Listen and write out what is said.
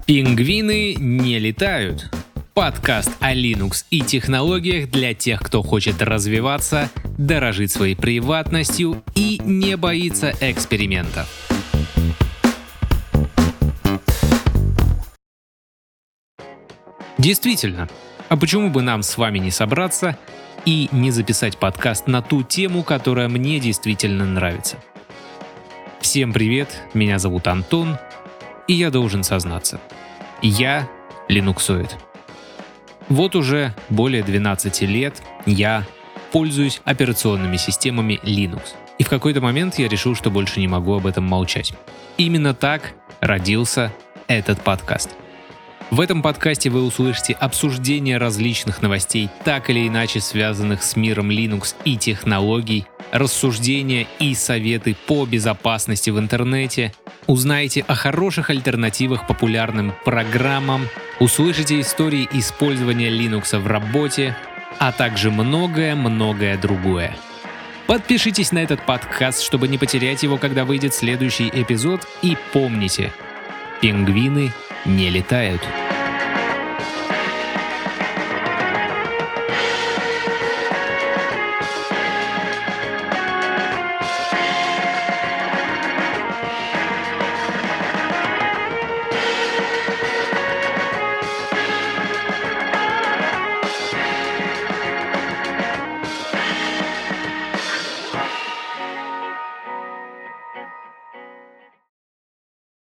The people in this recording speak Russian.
Пингвины не летают. Подкаст о Linux и технологиях для тех, кто хочет развиваться, дорожить своей приватностью и не боится экспериментов. Действительно, а почему бы нам с вами не собраться и не записать подкаст на ту тему, которая мне действительно нравится? Всем привет, меня зовут Антон, и я должен сознаться. Я линуксоид. Вот уже более 12 лет я пользуюсь операционными системами Linux. И в какой-то момент я решил, что больше не могу об этом молчать. Именно так родился этот подкаст. В этом подкасте вы услышите обсуждение различных новостей, так или иначе связанных с миром Linux и технологий, рассуждения и советы по безопасности в интернете, узнаете о хороших альтернативах популярным программам, услышите истории использования Linux в работе, а также многое-многое другое. Подпишитесь на этот подкаст, чтобы не потерять его, когда выйдет следующий эпизод, и помните, пингвины не летают.